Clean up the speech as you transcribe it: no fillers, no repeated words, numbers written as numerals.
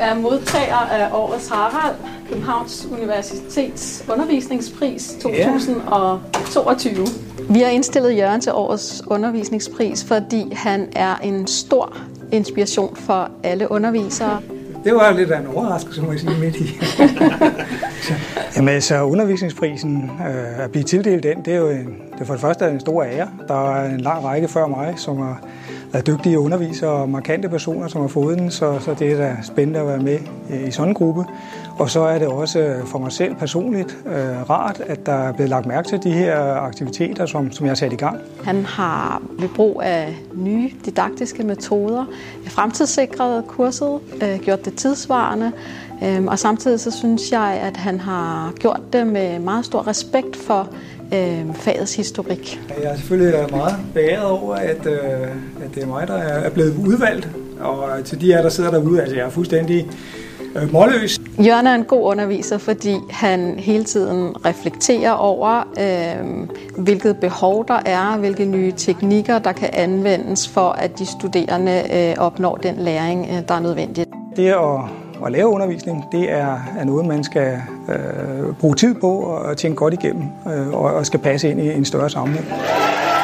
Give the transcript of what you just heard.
er modtager af årets Harald, Københavns Universitets undervisningspris 2022. Vi har indstillet Jørgen til årets undervisningspris, fordi han er en stor inspiration for alle undervisere. Det var lidt af en overraskelse, må jeg sige, midt i. Jamen, så undervisningsprisen at blive tildelt den, det er jo det er for det første en stor ære. Der er en lang række før mig, som har været dygtige undervisere og markante personer, som har fået den, så det er da spændende at være med i sådan en gruppe. Og så er det også for mig selv personligt rart, at der er blevet lagt mærke til de her aktiviteter, som jeg har sat i gang. Han har ved brug af nye didaktiske metoder fremtidssikret kurset, gjort det tidsvarende, og samtidig så synes jeg, at han har gjort det med meget stor respekt for fagets historik. Jeg er selvfølgelig meget beæret over, at det er mig, der er blevet udvalgt, og til de af der sidder derude, altså jeg er fuldstændig målløs. Jørgen er en god underviser, fordi han hele tiden reflekterer over, hvilket behov der er, hvilke nye teknikker, der kan anvendes for, at de studerende opnår den læring, der er nødvendig. Det at lave undervisning, det er noget, man skal bruge tid på og tænke godt igennem, og skal passe ind i en større sammenhæng.